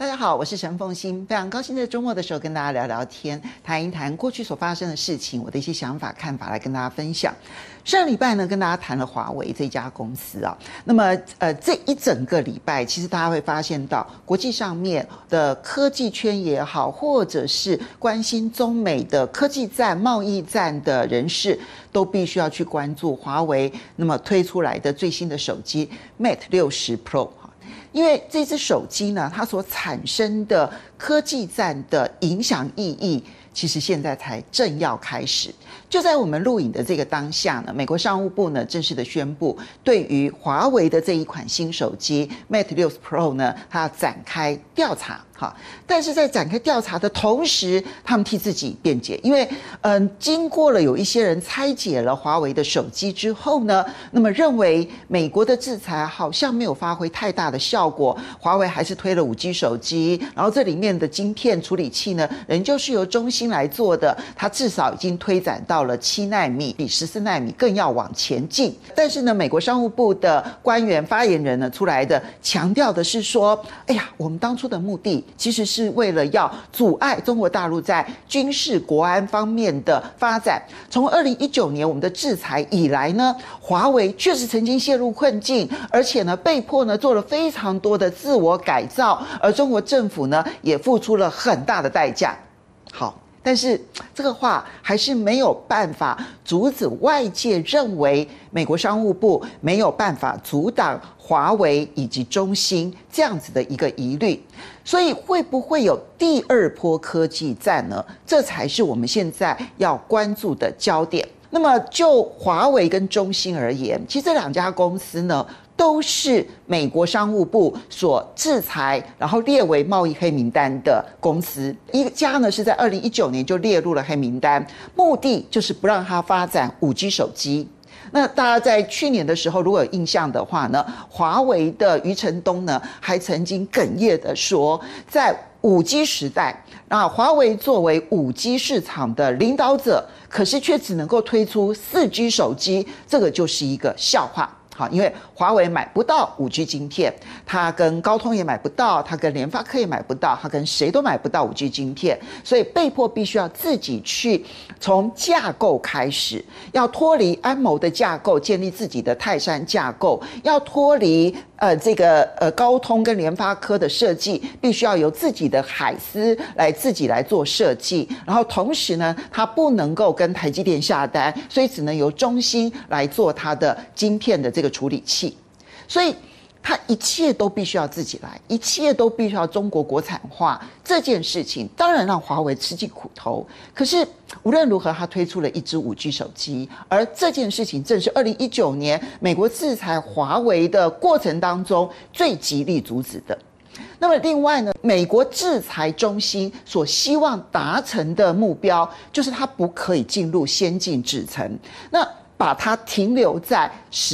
大家好，我是陈凤馨，非常高兴在周末的时候跟大家聊聊天，谈一谈过去所发生的事情，我的一些想法看法来跟大家分享。上礼拜呢，跟大家谈了华为这家公司啊，那么这一整个礼拜，其实大家会发现到国际上面的科技圈也好，或者是关心中美的科技战、贸易战的人士，都必须要去关注华为那么推出来的最新的手机 Mate 60 Pro。因为这只手机呢，它所产生的科技战的影响意义，其实现在才正要开始。就在我们录影的这个当下呢，美国商务部呢正式的宣布，对于华为的这一款新手机 Mate 60 Pro 呢，它要展开调查。但是在展开调查的同时，他们替自己辩解，因为经过了有一些人拆解了华为的手机之后呢，那么认为美国的制裁好像没有发挥太大的效果，华为还是推了5G 手机，然后这里面的晶片处理器呢，仍旧是由中芯来做的，它至少已经推展到了7奈米，比14奈米更要往前进。但是呢，美国商务部的官员发言人呢出来的强调的是说，哎呀，我们当初的目的其实是为了要阻碍中国大陆在军事国安方面的发展。从2019年我们的制裁以来呢，华为确实曾经陷入困境，而且呢被迫呢做了非常多的自我改造，而中国政府呢也付出了很大的代价。好，但是这个话还是没有办法阻止外界认为美国商务部没有办法阻挡华为以及中芯这样子的一个疑虑。所以会不会有第二波科技战呢？这才是我们现在要关注的焦点。那么就华为跟中芯而言，其实这两家公司呢都是美国商务部所制裁然后列为贸易黑名单的公司。一家呢是在2019年就列入了黑名单，目的就是不让它发展5G 手机。那大家在去年的时候如果有印象的话呢，华为的余承东呢还曾经哽咽的说，在5G 时代，那华为作为5G 市场的领导者，可是却只能够推出4G 手机，这个就是一个笑话。好，因为华为买不到5G 晶片，它跟高通也买不到，它跟联发科也买不到，它跟谁都买不到5G 晶片，所以被迫必须要自己去从架构开始，要脱离安谋的架构，建立自己的泰山架构，要脱离高通跟联发科的设计，必须要由自己的海思自己来做设计，然后同时呢，它不能够跟台积电下单，所以只能由中芯来做它的晶片的这个处理器，所以它一切都必须要自己来，一切都必须要中国国产化。这件事情当然让华为吃尽苦头，可是无论如何，它推出了一支5G 手机，而这件事情正是2019年美国制裁华为的过程当中最极力阻止的。那么另外呢，美国制裁中芯所希望达成的目标，就是它不可以进入先进制程，那把它停留在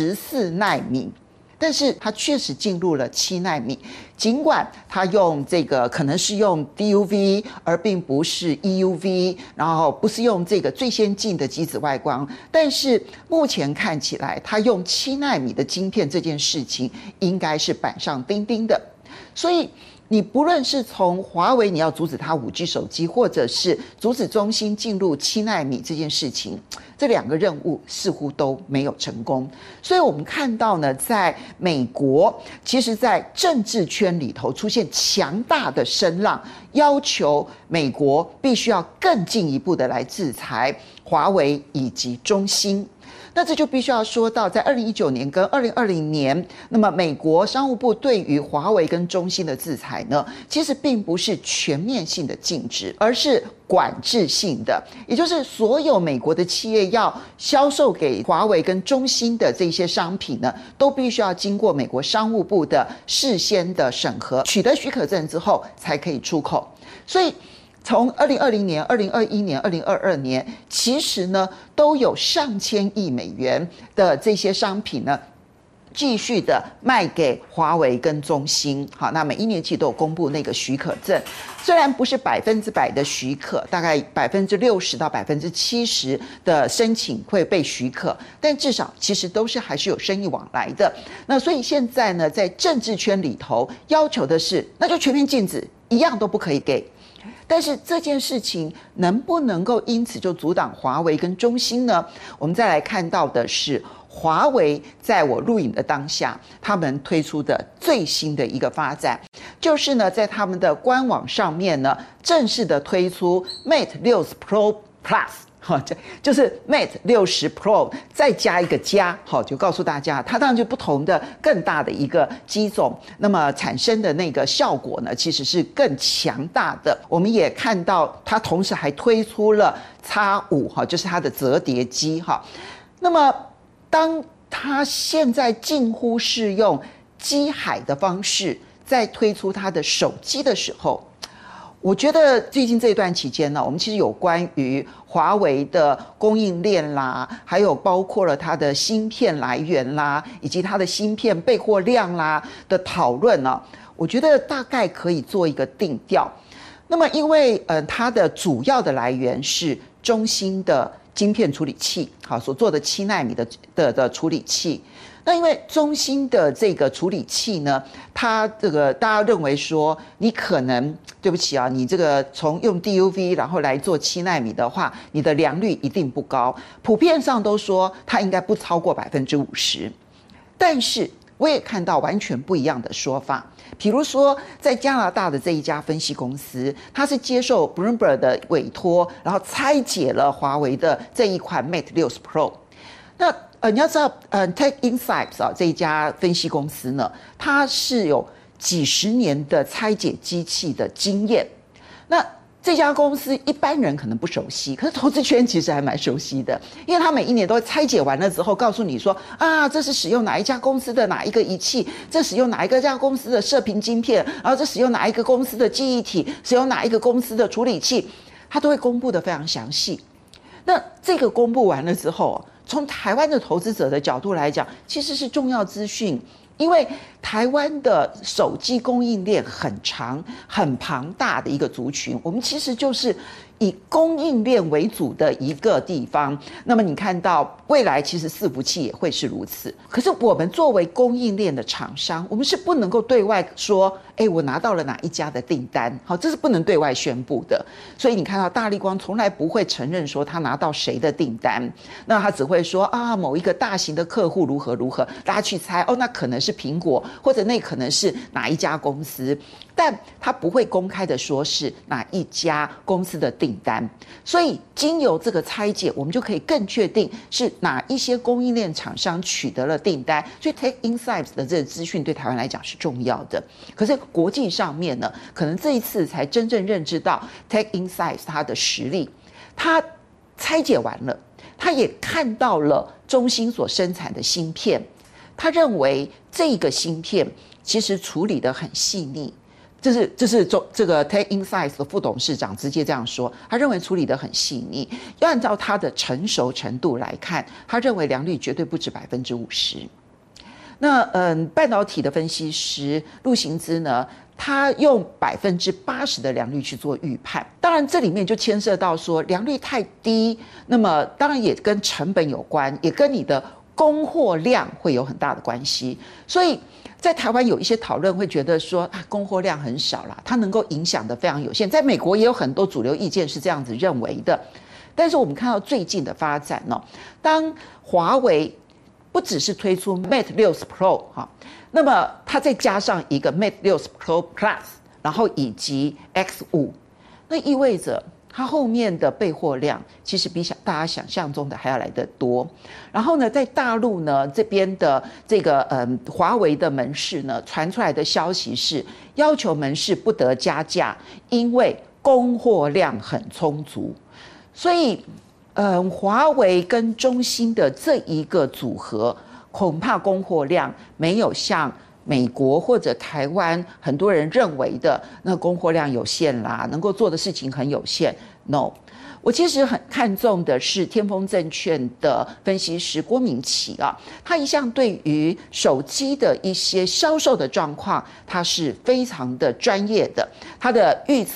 14奈米。但是它确实进入了7奈米，尽管它用这个可能是用 DUV 而并不是 EUV， 然后不是用这个最先进的极紫外光，但是目前看起来它用7奈米的晶片这件事情应该是板上钉钉的。所以你不论是从华为你要阻止它5G 手机，或者是阻止中芯进入7奈米这件事情，这两个任务似乎都没有成功。所以我们看到呢，在美国其实在政治圈里头出现强大的声浪，要求美国必须要更进一步的来制裁华为以及中芯。那这就必须要说到，在2019年跟2020年，那么美国商务部对于华为跟中芯的制裁呢，其实并不是全面性的禁止，而是管制性的，也就是所有美国的企业要销售给华为跟中芯的这些商品呢，都必须要经过美国商务部的事先的审核，取得许可证之后才可以出口。所以从2020年、2021年、2022年，其实呢都有上千亿美元的这些商品呢，继续的卖给华为跟中芯。好，那每一年其实都有公布那个许可证，虽然不是100%的许可，大概60%到70%的申请会被许可，但至少其实都是还是有生意往来的。那所以现在呢，在政治圈里头要求的是，那就全面禁止。 一样都不可以给。但是这件事情能不能够因此就阻挡华为跟中兴呢？我们再来看到的是华为在我录影的当下，他们推出的最新的一个发展，就是呢，在他们的官网上面呢，正式的推出 Mate 60 Pro Plus。就是 Mate 60 Pro 再加一个加，就告诉大家，它当然就不同的更大的一个机种，那么产生的那个效果呢，其实是更强大的。我们也看到，它同时还推出了 X5，就是它的折叠机，那么当它现在近乎是用机海的方式在推出它的手机的时候，我觉得最近这一段期间呢，我们其实有关于华为的供应链啦，还有包括了它的芯片来源啦，以及它的芯片备货量啦的讨论呢，我觉得大概可以做一个定调。那么因为它的主要的来源是中兴的晶片处理器，所做的7奈米的处理器。那因为中兴的这个处理器呢，它这个大家认为说，你可能对不起啊，你这个从用 DUV 然后来做7奈米的话，你的良率一定不高。普遍上都说它应该不超过50%，但是我也看到完全不一样的说法。比如说，在加拿大的这一家分析公司，它是接受 Bloomberg 的委托，然后拆解了华为的这一款 Mate 60 Pro。那你要知道，Tech Insights 这一家分析公司呢，它是有几十年的拆解机器的经验。那这家公司一般人可能不熟悉，可是投资圈其实还蛮熟悉的，因为他每一年都会拆解完了之后，告诉你说啊，这是使用哪一家公司的哪一个仪器，这使用哪一个家公司的射频晶片，然后这使用哪一个公司的记忆体，使用哪一个公司的处理器，它都会公布的非常详细。那这个公布完了之后，从台湾的投资者的角度来讲，其实是重要资讯，因为台湾的手机供应链很长、很庞大的一个族群，我们其实就是以供应链为主的一个地方。那么你看到未来其实伺服器也会是如此。可是我们作为供应链的厂商，我们是不能够对外说，我拿到了哪一家的订单，好，这是不能对外宣布的。所以你看到大立光从来不会承认说他拿到谁的订单，那他只会说啊，某一个大型的客户如何如何，大家去猜，那可能是苹果，或者那可能是哪一家公司，但他不会公开的说是哪一家公司的订单。所以经由这个拆解，我们就可以更确定是哪一些供应链厂商取得了订单。所以 Tech Insights 的这个资讯对台湾来讲是重要的。可是国际上面呢，可能这一次才真正认知到 Tech Insights 它的实力。它拆解完了，他也看到了中兴所生产的芯片，他认为这个芯片其实处理得很细腻。这是这个 Tech Insights 的副董事长直接这样说，他认为处理得很细腻。要按照他的成熟程度来看，他认为良率绝对不止50%。那半导体的分析师陆行之呢，他用80%的良率去做预判。当然这里面就牵涉到说良率太低，那么当然也跟成本有关，也跟你的供货量会有很大的关系。所以在台湾有一些讨论会觉得说供货量很少啦，它能够影响的非常有限。在美国也有很多主流意见是这样子认为的。但是我们看到最近的发展当华为不只是推出 Mate 60 Pro 那么它再加上一个 Mate 60 Pro Plus， 然后以及 X5， 那意味着它后面的备货量其实比大家想象中的还要来得多。然后呢，在大陆呢这边的这个华为的门市呢，传出来的消息是要求门市不得加价，因为供货量很充足。所以华为跟中兴的这一个组合，恐怕供货量没有像美国或者台湾很多人认为的那供货量有限啦，能够做的事情很有限。No， 我其实很看重的是天风证券的分析师郭明奇他一向对于手机的一些销售的状况，他是非常的专业的，他的预测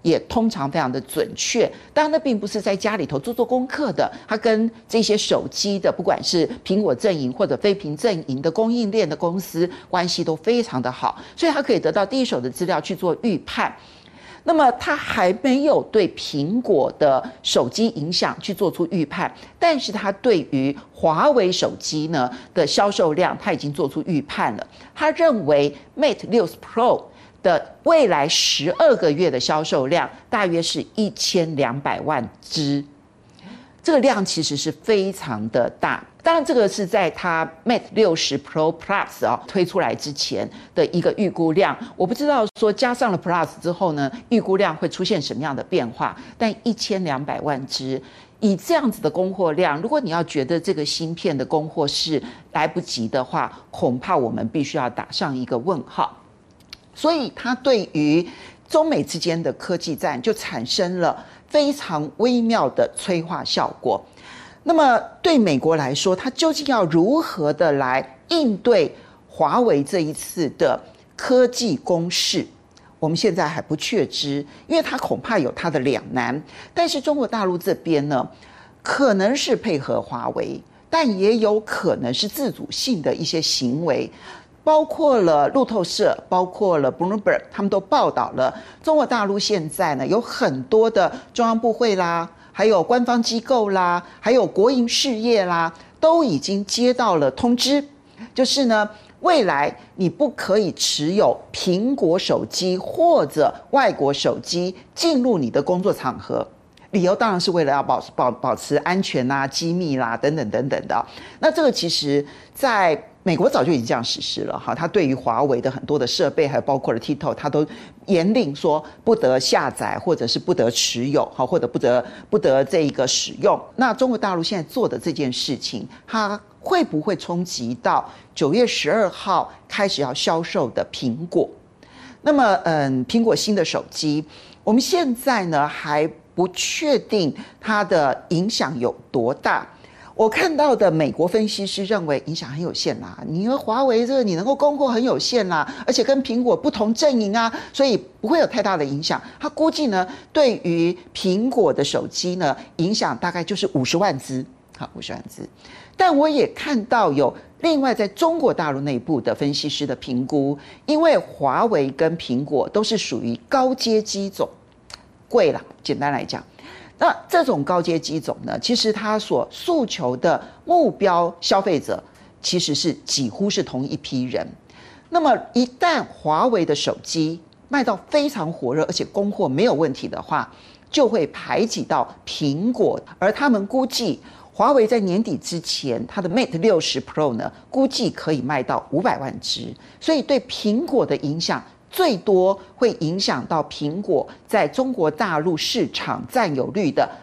也通常非常的准确。当然，那并不是在家里头做功课的，它跟这些手机的，不管是苹果阵营或者非苹阵营的供应链的公司关系都非常的好，所以它可以得到第一手的资料去做预判。那么它还没有对苹果的手机影响去做出预判，但是它对于华为手机呢的销售量，它已经做出预判了。他认为 Mate 60 Pro 的未来12个月的销售量大约是1200万只，这个量其实是非常的大。当然，这个是在它 Mate 60 Pro Plus 推出来之前的一个预估量。我不知道说加上了 Plus 之后呢，预估量会出现什么样的变化。但1200万只，以这样子的供货量，如果你要觉得这个芯片的供货是来不及的话，恐怕我们必须要打上一个问号。所以，它对于中美之间的科技战就产生了非常微妙的催化效果。那么对美国来说，它究竟要如何的来应对华为这一次的科技攻势，我们现在还不确知，因为它恐怕有它的两难。但是中国大陆这边呢，可能是配合华为，但也有可能是自主性的一些行为。包括了路透社，包括了 Bloomberg， 他们都报道了中国大陆现在呢有很多的中央部会啦，还有官方机构啦，还有国营事业啦，都已经接到了通知，就是呢，未来你不可以持有苹果手机或者外国手机进入你的工作场合。理由当然是为了要保持安全啦、机密啦等等等等的。那这个其实在美国早就已经这样实施了哈，它对于华为的很多的设备，还有包括了 TikTok， 它都严令说不得下载，或者是不得持有，哈，或者不得这一个使用。那中国大陆现在做的这件事情，它会不会冲击到9月12号开始要销售的苹果？那么，苹果新的手机，我们现在呢还不确定它的影响有多大。我看到的美国分析师认为影响很有限啦，你和华为这个你能够供货很有限啦，而且跟苹果不同阵营啊，所以不会有太大的影响。他估计呢，对于苹果的手机呢，影响大概就是50万只，好，50万只。但我也看到有另外在中国大陆内部的分析师的评估，因为华为跟苹果都是属于高阶机种，贵了，简单来讲。那这种高阶机种呢，其实它所诉求的目标消费者其实是几乎是同一批人。那么一旦华为的手机卖到非常火热，而且供货没有问题的话，就会排挤到苹果。而他们估计华为在年底之前，它的 Mate 60 Pro 呢，估计可以卖到500万只，所以对苹果的影响最多会影响到苹果在中国大陆市场占有率的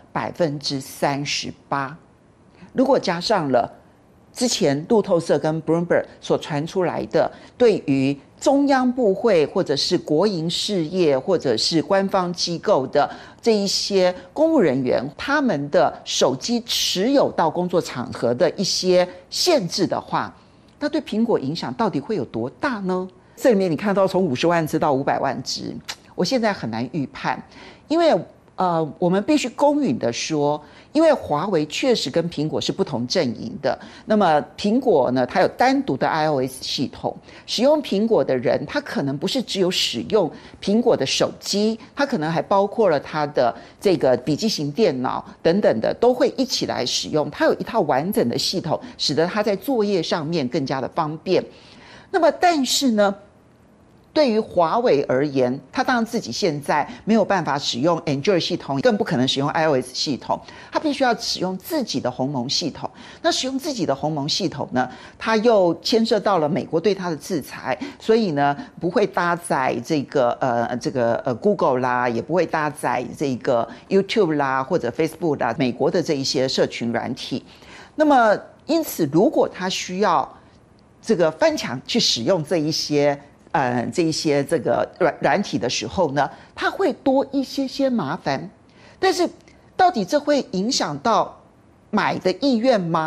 38%。如果加上了之前路透社跟 Bloomberg 所传出来的对于中央部会或者是国营事业或者是官方机构的这一些公务人员，他们的手机持有到工作场合的一些限制的话，那对苹果影响到底会有多大呢？这里面你看到从50万只到500万只，我现在很难预判，因为我们必须公允的说，因为华为确实跟苹果是不同阵营的。那么苹果呢，它有单独的 iOS 系统，使用苹果的人，他可能不是只有使用苹果的手机，他可能还包括了他的这个笔记型电脑等等的，都会一起来使用。它有一套完整的系统，使得它在作业上面更加的方便。那么，但是呢，对于华为而言，它当然自己现在没有办法使用 Android 系统，更不可能使用 iOS 系统，它必须要使用自己的鸿蒙系统。那使用自己的鸿蒙系统呢，它又牵涉到了美国对它的制裁，所以呢，不会搭载这个Google 啦，也不会搭载这个 YouTube 啦或者 Facebook 啦，美国的这一些社群软体。那么，因此，如果它需要这个翻墙去使用这一些这个软体的时候呢，它会多一些麻烦。但是到底这会影响到买的意愿吗？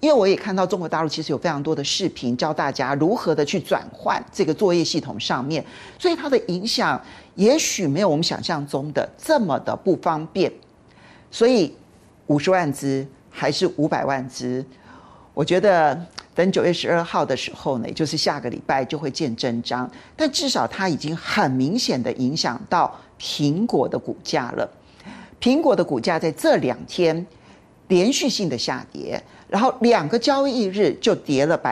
因为我也看到中国大陆其实有非常多的视频教大家如何的去转换这个作业系统上面，所以它的影响也许没有我们想象中的这么的不方便。所以50万只还是500万只，我觉得等9月12号的时候呢，也就是下个礼拜就会见真章。但至少它已经很明显的影响到苹果的股价了。苹果的股价在这2天连续性的下跌，然后2个交易日就跌了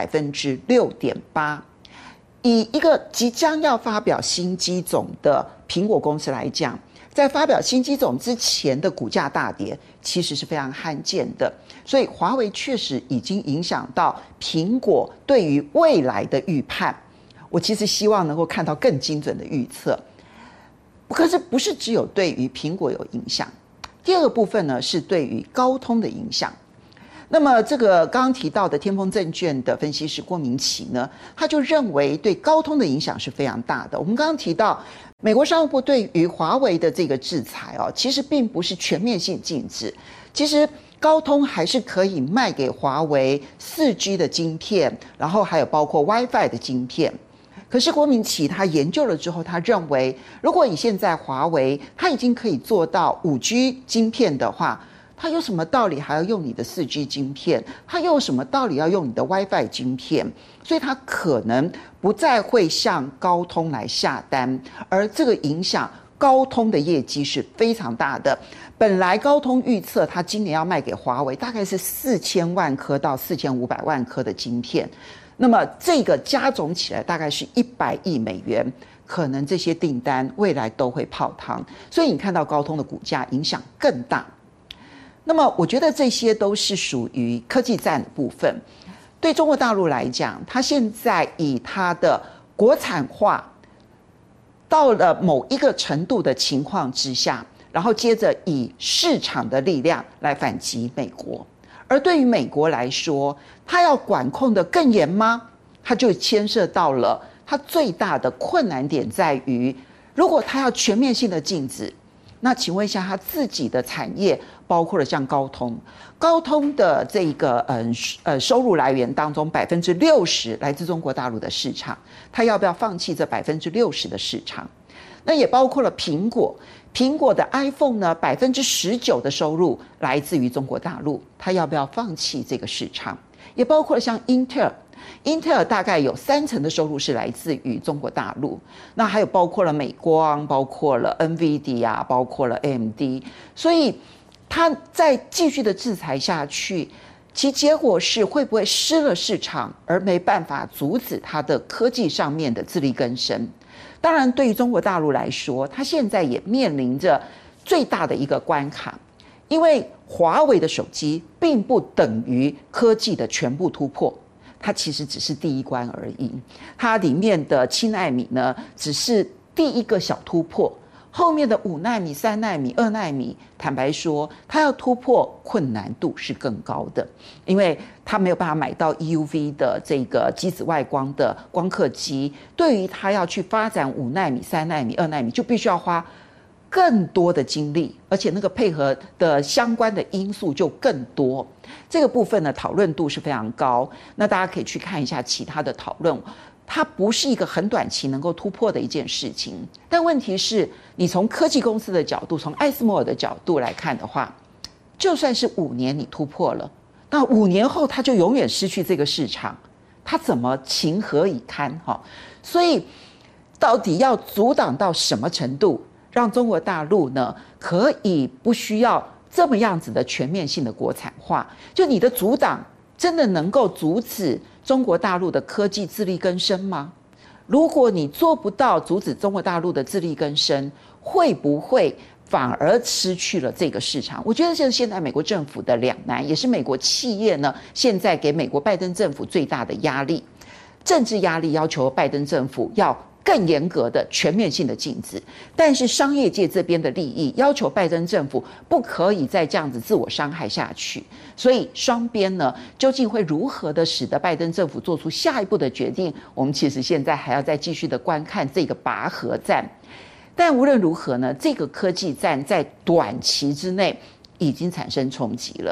6.8%。以一个即将要发表新机种的苹果公司来讲，在发表新机种之前的股价大跌，其实是非常罕见的。所以华为确实已经影响到苹果对于未来的预判。我其实希望能够看到更精准的预测，可是不是只有对于苹果有影响。第二个部分呢，是对于高通的影响。那么这个刚刚提到的天风证券的分析师郭明骐呢，他就认为对高通的影响是非常大的。我们刚刚提到美国商务部对于华为的这个制裁其实并不是全面性禁止，其实高通还是可以卖给华为 4G 的晶片，然后还有包括 WiFi 的晶片。可是郭明骐他研究了之后，他认为如果以现在华为他已经可以做到 5G 晶片的话，他有什么道理还要用你的 4G 晶片？他又有什么道理要用你的 WiFi 晶片？所以他可能不再会向高通来下单，而这个影响高通的业绩是非常大的。本来高通预测他今年要卖给华为大概是4000万颗到4500万颗的晶片，那么这个加总起来大概是100亿美元，可能这些订单未来都会泡汤，所以你看到高通的股价影响更大。那么我觉得这些都是属于科技战的部分。对中国大陆来讲，它现在以它的国产化到了某一个程度的情况之下，然后接着以市场的力量来反击美国。而对于美国来说，它要管控的更严吗？它就牵涉到了它最大的困难点在于，如果它要全面性的禁止，那请问一下，它自己的产业包括了像高通的这个收入来源当中60%来自中国大陆的市场，它要不要放弃这60%的市场？那也包括了苹果的 iPhone 呢，19%的收入来自于中国大陆，它要不要放弃这个市场？也包括了像英特尔大概有30%的收入是来自于中国大陆，那还有包括了美光，包括了 NVIDIA， 包括了 AMD， 所以它再继续的制裁下去，其结果是会不会失了市场，而没办法阻止它的科技上面的自力更生？当然，对于中国大陆来说，它现在也面临着最大的一个关卡，因为华为的手机并不等于科技的全部突破，它其实只是第一关而已。它里面的7奈米呢，只是第一个小突破，后面的5奈米、3奈米、2奈米，坦白说，它要突破困难度是更高的，因为它没有办法买到 EUV 的这个极紫外光的光刻机，对于它要去发展5奈米、3奈米、2奈米，就必须要花更多的精力，而且那个配合的相关的因素就更多。这个部分呢，讨论度是非常高。那大家可以去看一下其他的讨论，它不是一个很短期能够突破的一件事情。但问题是，你从科技公司的角度，从艾斯摩尔的角度来看的话，就算是5年你突破了，那5年后它就永远失去这个市场，它怎么情何以堪？所以到底要阻挡到什么程度，让中国大陆呢可以不需要这么样子的全面性的国产化？就你的阻挡真的能够阻止中国大陆的科技自力更生吗？如果你做不到阻止中国大陆的自力更生，会不会反而失去了这个市场？我觉得这是现在美国政府的两难，也是美国企业呢现在给美国拜登政府最大的压力。政治压力要求拜登政府要更严格的全面性的禁止，但是商业界这边的利益要求拜登政府不可以再这样子自我伤害下去，所以双边呢究竟会如何的使得拜登政府做出下一步的决定，我们其实现在还要再继续的观看这个拔河战。但无论如何呢，这个科技战在短期之内已经产生冲击了，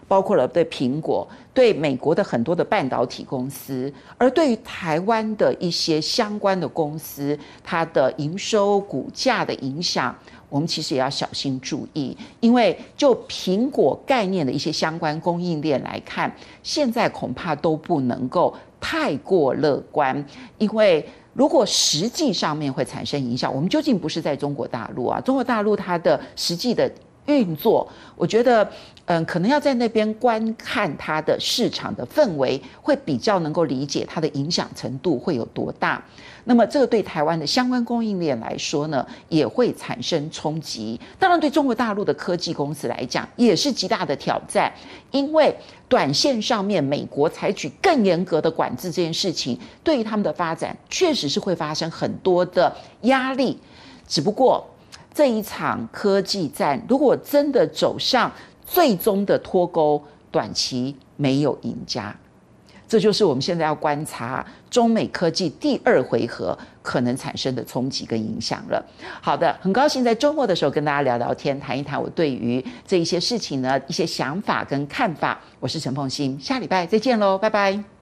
包括了对苹果、对美国的很多的半导体公司，而对于台湾的一些相关的公司，它的营收、股价的影响，我们其实也要小心注意。因为就苹果概念的一些相关供应链来看，现在恐怕都不能够太过乐观，因为如果实际上面会产生影响，我们究竟不是在中国大陆啊？中国大陆它的实际的运作，我觉得可能要在那边观看它的市场的氛围，会比较能够理解它的影响程度会有多大。那么这个对台湾的相关供应链来说呢，也会产生冲击。当然对中国大陆的科技公司来讲，也是极大的挑战，因为短线上面美国采取更严格的管制这件事情，对于他们的发展确实是会发生很多的压力。只不过这一场科技战如果真的走上最终的脱钩，短期没有赢家。这就是我们现在要观察中美科技第2回合可能产生的冲击跟影响了。好的，很高兴在周末的时候跟大家聊聊天，谈一谈我对于这一些事情呢一些想法跟看法。我是陈凤馨，下礼拜再见喽，拜拜。